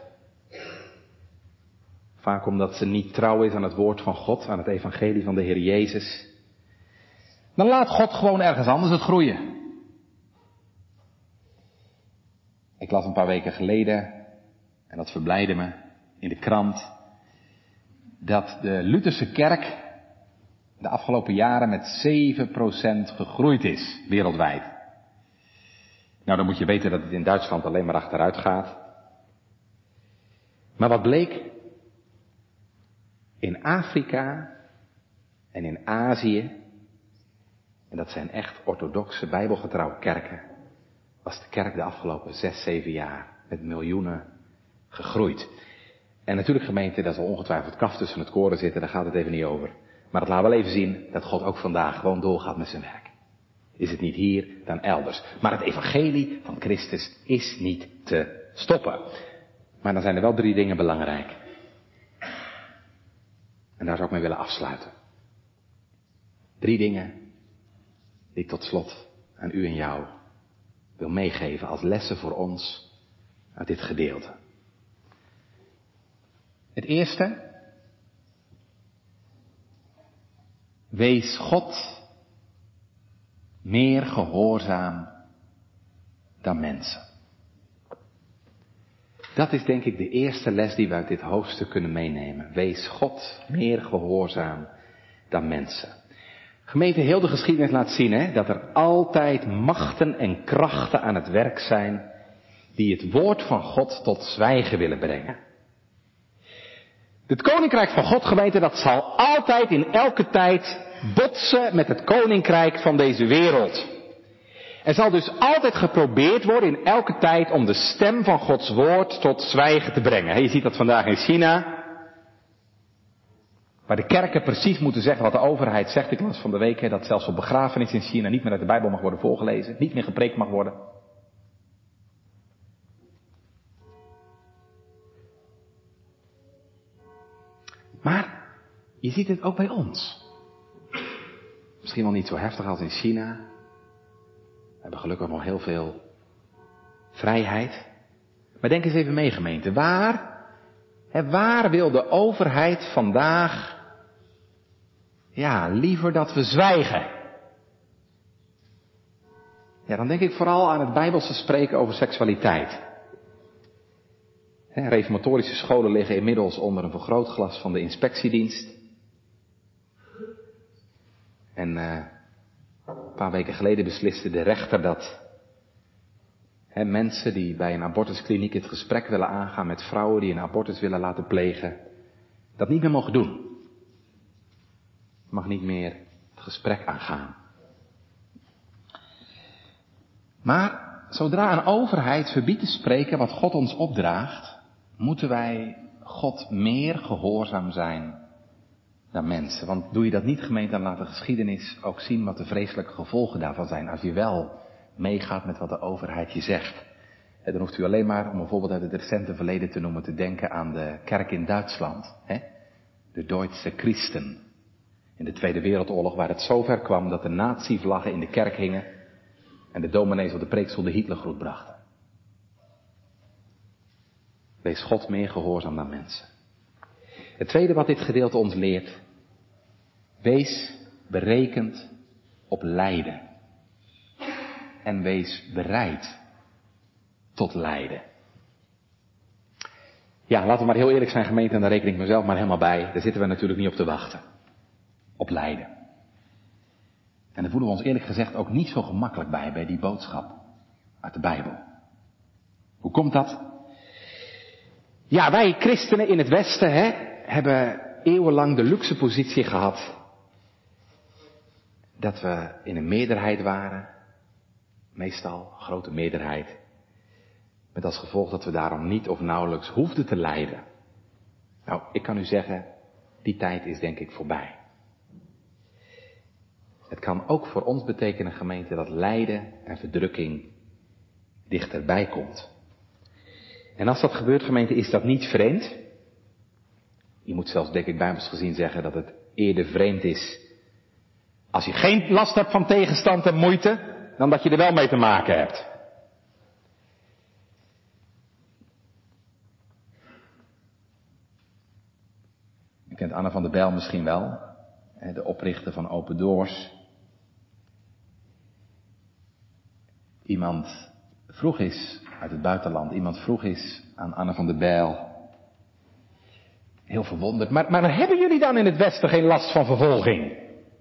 vaak omdat ze niet trouw is aan het woord van God, aan het evangelie van de Heer Jezus, dan laat God gewoon ergens anders het groeien. Ik las een paar weken geleden, en dat verblijdde me, in de krant, dat de Lutherse kerk de afgelopen jaren met 7% gegroeid is, wereldwijd. Nou, dan moet je weten dat het in Duitsland alleen maar achteruit gaat. Maar wat bleek? In Afrika en in Azië, en dat zijn echt orthodoxe, bijbelgetrouwe kerken, was de kerk de afgelopen 6-7 jaar met miljoenen gegroeid. En natuurlijk, gemeente, dat zal ongetwijfeld kaf tussen het koren zitten, daar gaat het even niet over. Maar dat laat wel even zien dat God ook vandaag gewoon doorgaat met zijn werk. Is het niet hier, dan elders. Maar het evangelie van Christus is niet te stoppen. Maar dan zijn er wel 3 dingen belangrijk. En daar zou ik mee willen afsluiten. 3 dingen die ik tot slot aan u en jou wil meegeven als lessen voor ons uit dit gedeelte. Het eerste. Wees God meer gehoorzaam dan mensen. Dat is denk ik de eerste les die we uit dit hoofdstuk kunnen meenemen. Wees God meer gehoorzaam dan mensen. Gemeente, heel de geschiedenis laat zien dat er altijd machten en krachten aan het werk zijn die het woord van God tot zwijgen willen brengen. Het koninkrijk van God, gemeente, dat zal altijd in elke tijd botsen met het koninkrijk van deze wereld. Er zal dus altijd geprobeerd worden in elke tijd om de stem van Gods woord tot zwijgen te brengen. Je ziet dat vandaag in China, waar de kerken precies moeten zeggen wat de overheid zegt. Ik las van de week dat zelfs op begrafenis in China niet meer uit de Bijbel mag worden voorgelezen, niet meer gepreekt mag worden. Maar je ziet het ook bij ons. Misschien wel niet zo heftig als in China. We hebben gelukkig nog heel veel vrijheid. Maar denk eens even mee, gemeente. Waar wil de overheid vandaag, liever dat we zwijgen? Ja, dan denk ik vooral aan het Bijbelse spreken over seksualiteit. Reformatorische scholen liggen inmiddels onder een vergrootglas van de inspectiedienst. En een paar weken geleden besliste de rechter dat mensen die bij een abortuskliniek het gesprek willen aangaan met vrouwen die een abortus willen laten plegen, dat niet meer mogen doen. Mag niet meer het gesprek aangaan. Maar zodra een overheid verbiedt te spreken wat God ons opdraagt, moeten wij God meer gehoorzaam zijn dan mensen. Want doe je dat niet, gemeente, dan laat de geschiedenis ook zien wat de vreselijke gevolgen daarvan zijn. Als je wel meegaat met wat de overheid je zegt. Dan hoeft u alleen maar, om een voorbeeld uit het recente verleden te noemen, te denken aan de kerk in Duitsland. De Duitse Christen. In de Tweede Wereldoorlog, waar het zover kwam dat de nazi-vlaggen in de kerk hingen en de dominees op de preekstoel de Hitlergroet brachten. Wees God meer gehoorzaam dan mensen. Het tweede wat dit gedeelte ons leert. Wees berekend op lijden. En wees bereid tot lijden. Ja, laten we maar heel eerlijk zijn, gemeente, en daar reken ik mezelf maar helemaal bij. Daar zitten we natuurlijk niet op te wachten. Op lijden. En daar voelen we ons eerlijk gezegd ook niet zo gemakkelijk bij die boodschap uit de Bijbel. Hoe komt dat? Ja, wij christenen in het Westen hebben eeuwenlang de luxe positie gehad dat we in een meerderheid waren, meestal grote meerderheid, met als gevolg dat we daarom niet of nauwelijks hoefden te lijden. Nou, ik kan u zeggen, die tijd is denk ik voorbij. Het kan ook voor ons betekenen, gemeente, dat lijden en verdrukking dichterbij komt. En als dat gebeurt, gemeente, is dat niet vreemd. Je moet zelfs, denk ik, bijbels gezien zeggen dat het eerder vreemd is als je geen last hebt van tegenstand en moeite, dan dat je er wel mee te maken hebt. U kent Anne van der Bijl misschien wel, de oprichter van Open Doors. Iemand vroeg eens uit het buitenland, iemand vroeg eens aan Anne van der Bijl, heel verwonderd, maar hebben jullie dan in het Westen geen last van vervolging?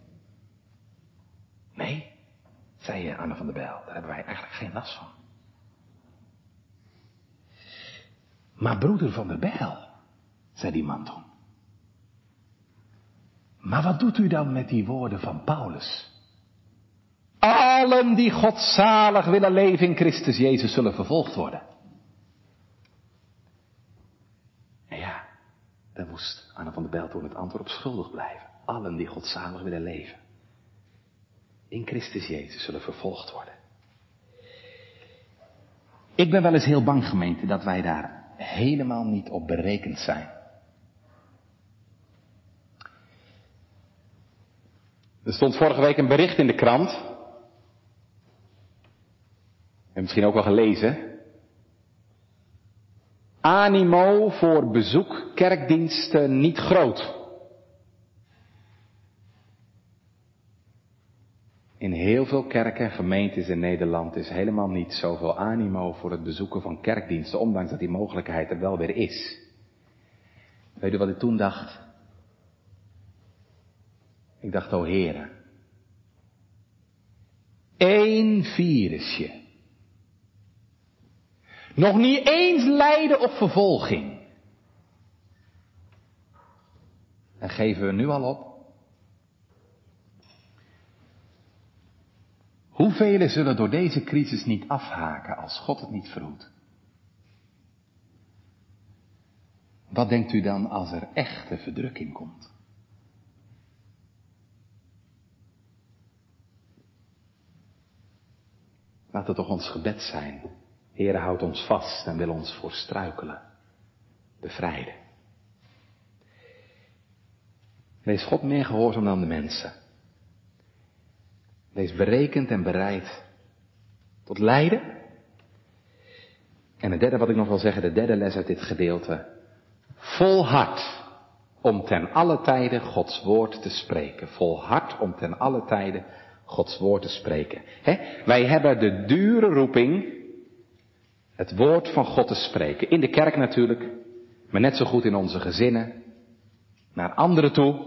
Nee, zei Anne van der Bijl, daar hebben wij eigenlijk geen last van. Maar broeder van der Bijl, zei die man toen, maar wat doet u dan met die woorden van Paulus? Allen die godzalig willen leven in Christus Jezus zullen vervolgd worden. En ja, daar moest Anne van der Bijl toen het antwoord op schuldig blijven. Allen die godzalig willen leven in Christus Jezus zullen vervolgd worden. Ik ben wel eens heel bang, gemeente, dat wij daar helemaal niet op berekend zijn. Er stond vorige week een bericht in de krant. En misschien ook wel gelezen. Animo voor bezoek kerkdiensten niet groot. In heel veel kerken en gemeentes in Nederland is helemaal niet zoveel animo voor het bezoeken van kerkdiensten, ondanks dat die mogelijkheid er wel weer is. Weet u wat ik toen dacht? Ik dacht, o Heere, 1 virusje. Nog niet eens lijden of vervolging. En geven we nu al op? Hoeveel zullen door deze crisis niet afhaken als God het niet verhoedt? Wat denkt u dan als er echte verdrukking komt? Laat het toch ons gebed zijn. Heere, houd ons vast en wil ons voor struikelen bevrijden. Wees God meer gehoorzaam dan de mensen. Wees berekend en bereid tot lijden. En het derde wat ik nog wil zeggen, de derde les uit dit gedeelte. Volhard om ten alle tijde Gods woord te spreken. Volhard om ten alle tijde Gods woord te spreken. Wij hebben de dure roeping het woord van God te spreken. In de kerk natuurlijk, maar net zo goed in onze gezinnen, naar anderen toe.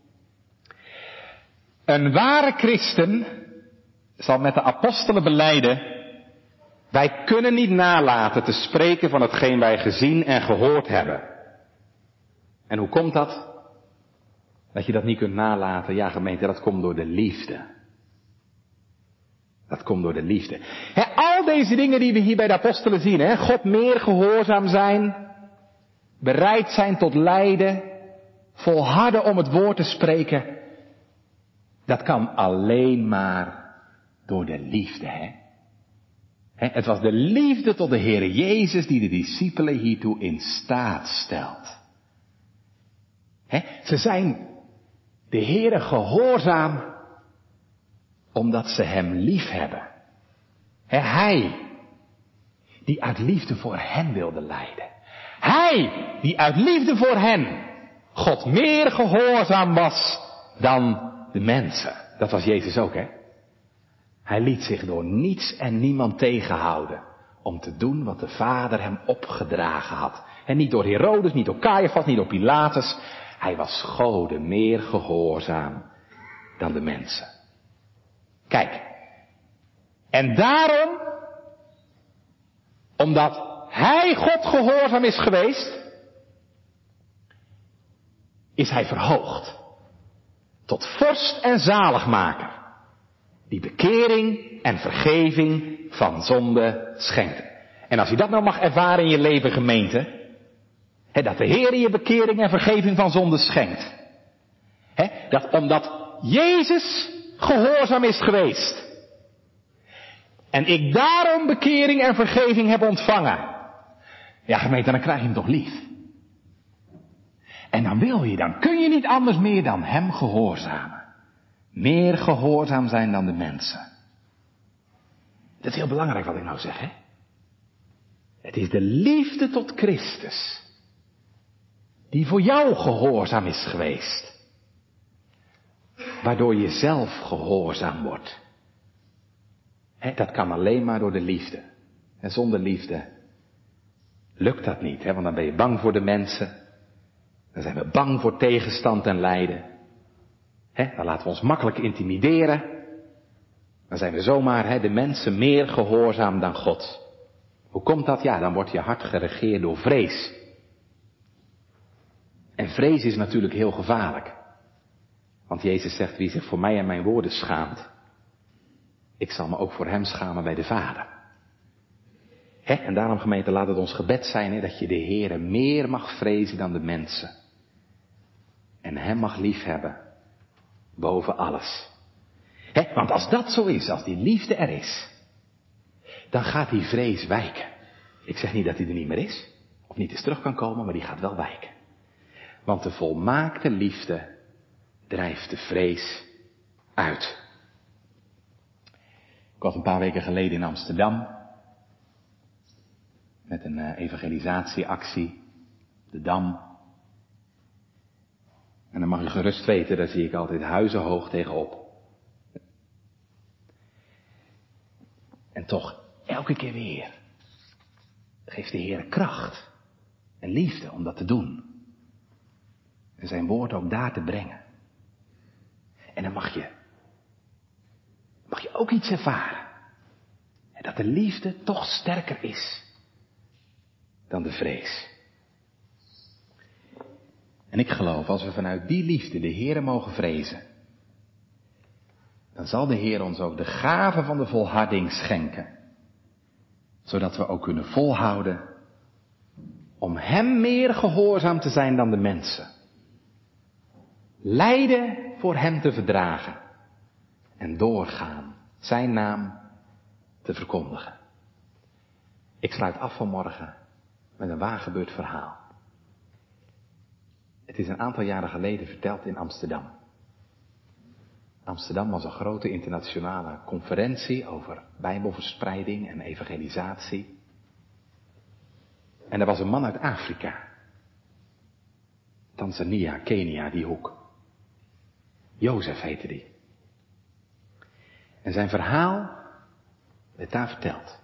Een ware christen zal met de apostelen belijden: wij kunnen niet nalaten te spreken van hetgeen wij gezien en gehoord hebben. En hoe komt dat? Dat je dat niet kunt nalaten? Ja, gemeente, dat komt door de liefde. Dat komt door de liefde. Al deze dingen die we hier bij de apostelen zien, God meer gehoorzaam zijn, bereid zijn tot lijden, volharden om het woord te spreken, dat kan alleen maar door de liefde, Het was de liefde tot de Heere Jezus die de discipelen hiertoe in staat stelt. Ze zijn de Heere gehoorzaam omdat ze hem lief hebben. Hij die uit liefde voor hen wilde lijden. Hij die uit liefde voor hen God meer gehoorzaam was dan de mensen. Dat was Jezus ook, Hij liet zich door niets en niemand tegenhouden om te doen wat de Vader hem opgedragen had. En niet door Herodes, niet door Caiaphas, niet door Pilatus. Hij was Gode meer gehoorzaam dan de mensen. Kijk, en daarom, omdat hij God gehoorzaam is geweest, is hij verhoogd tot vorst en zaligmaker, die bekering en vergeving van zonde schenkt. En als je dat nou mag ervaren in je leven, gemeente, dat de Heer je bekering en vergeving van zonde schenkt. Dat omdat Jezus gehoorzaam is geweest. En ik daarom bekering en vergeving heb ontvangen. Ja, gemeente, dan krijg je hem toch lief. En dan kun je niet anders meer dan hem gehoorzamen. Meer gehoorzaam zijn dan de mensen. Dat is heel belangrijk wat ik nou zeg, Het is de liefde tot Christus die voor jou gehoorzaam is geweest. Waardoor je zelf gehoorzaam wordt. Dat kan alleen maar door de liefde. En zonder liefde lukt dat niet, want dan ben je bang voor de mensen. Dan zijn we bang voor tegenstand en lijden. Dan laten we ons makkelijk intimideren. Dan zijn we zomaar de mensen meer gehoorzaam dan God. Hoe komt dat? Ja, dan wordt je hart geregeerd door vrees. En vrees is natuurlijk heel gevaarlijk. Want Jezus zegt, wie zich voor mij en mijn woorden schaamt, ik zal me ook voor hem schamen bij de Vader. En daarom, gemeente, laat het ons gebed zijn, dat je de Heere meer mag vrezen dan de mensen. En hem mag liefhebben boven alles. Want als dat zo is, als die liefde er is, dan gaat die vrees wijken. Ik zeg niet dat die er niet meer is, of niet eens terug kan komen, maar die gaat wel wijken. Want de volmaakte liefde drijft de vrees uit. Ik was een paar weken geleden in Amsterdam met een evangelisatieactie, de Dam. En dan mag u gerust weten, daar zie ik altijd huizenhoog tegenop. En toch, elke keer weer geeft de Heer kracht en liefde om dat te doen. En zijn woord ook daar te brengen. En dan mag je ook iets ervaren. En dat de liefde toch sterker is dan de vrees. En ik geloof, als we vanuit die liefde de Heere mogen vrezen, dan zal de Heer ons ook de gave van de volharding schenken. Zodat we ook kunnen volhouden om Hem meer gehoorzaam te zijn dan de mensen. Lijden voor Hem te verdragen en doorgaan zijn naam te verkondigen. Ik sluit af vanmorgen met een waargebeurd verhaal. Het is een aantal jaren geleden verteld in Amsterdam. Amsterdam was een grote internationale conferentie over bijbelverspreiding en evangelisatie. En er was een man uit Afrika. Tanzania, Kenia, die hoek. Jozef heette die. En zijn verhaal werd daar verteld.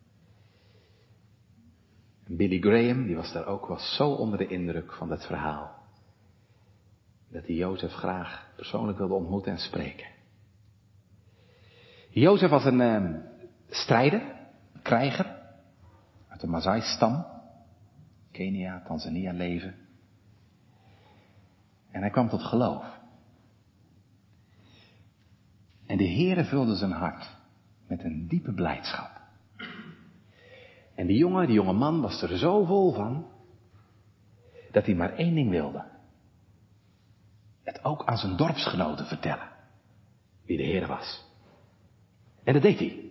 En Billy Graham, die was daar ook, was zo onder de indruk van dat verhaal, dat hij Jozef graag persoonlijk wilde ontmoeten en spreken. Jozef was een strijder, een krijger, uit de Maasai-stam, Kenia, Tanzania leven. En hij kwam tot geloof. En de Heere vulde zijn hart met een diepe blijdschap. En die jonge man was er zo vol van, dat hij maar één ding wilde. Het ook aan zijn dorpsgenoten vertellen, wie de Heer was. En dat deed hij.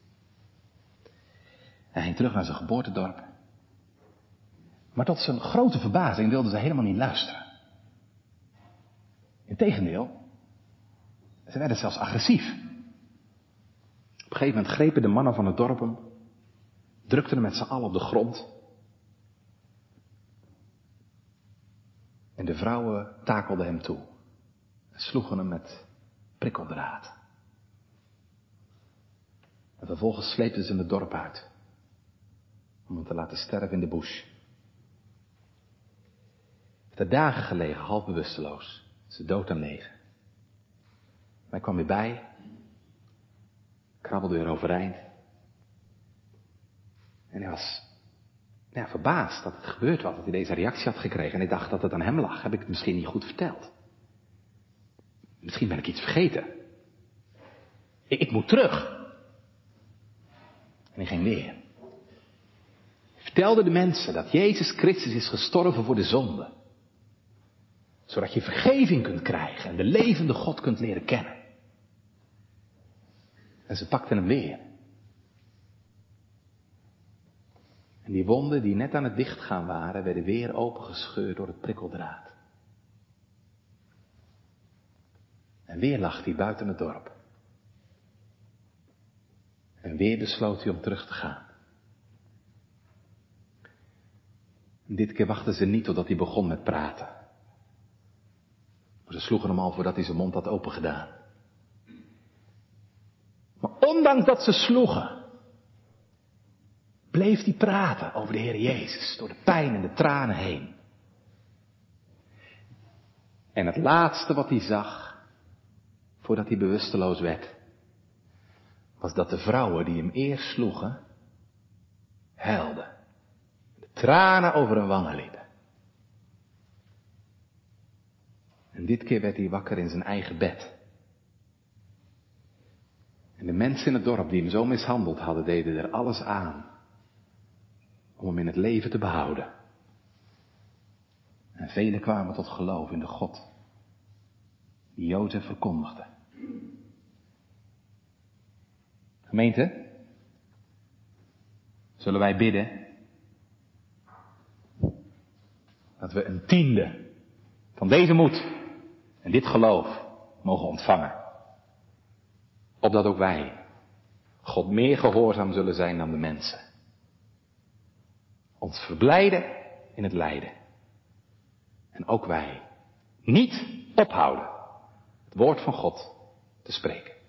Hij ging terug naar zijn geboortedorp. Maar tot zijn grote verbazing wilden ze helemaal niet luisteren. Integendeel, ze werden zelfs agressief. Op een gegeven moment grepen de mannen van het dorp hem, drukten hem met z'n allen op de grond. En de vrouwen takelden hem toe. En sloegen hem met prikkeldraad. En vervolgens sleepten ze hem het dorp uit. Om hem te laten sterven in de bush. Hij heeft er dagen gelegen, half bewusteloos. Ze dood en leven. Maar hij kwam weer bij. Krabbelde weer overeind. En hij was verbaasd dat het gebeurd was, dat hij deze reactie had gekregen. En hij dacht dat het aan hem lag. Heb ik het misschien niet goed verteld? Misschien ben ik iets vergeten. Ik moet terug. En hij ging weer. Hij vertelde de mensen dat Jezus Christus is gestorven voor de zonde. Zodat je vergeving kunt krijgen en de levende God kunt leren kennen. En ze pakten hem weer. En die wonden die net aan het dichtgaan waren, werden weer opengescheurd door het prikkeldraad. En weer lag hij buiten het dorp. En weer besloot hij om terug te gaan. En dit keer wachten ze niet totdat hij begon met praten. Maar ze sloegen hem al voordat hij zijn mond had opengedaan. Maar ondanks dat ze sloegen, bleef hij praten over de Heer Jezus, door de pijn en de tranen heen. En het laatste wat hij zag, voordat hij bewusteloos werd, was dat de vrouwen die hem eerst sloegen, huilden. De tranen over hun wangen liepen. En dit keer werd hij wakker in zijn eigen bed. En de mensen in het dorp die hem zo mishandeld hadden, deden er alles aan om hem in het leven te behouden. En velen kwamen tot geloof in de God die Jozef verkondigde. Gemeente, zullen wij bidden dat we een tiende van deze moed en dit geloof mogen ontvangen. Opdat ook wij God meer gehoorzaam zullen zijn dan de mensen. Ons verblijden in het lijden. En ook wij niet ophouden het woord van God te spreken.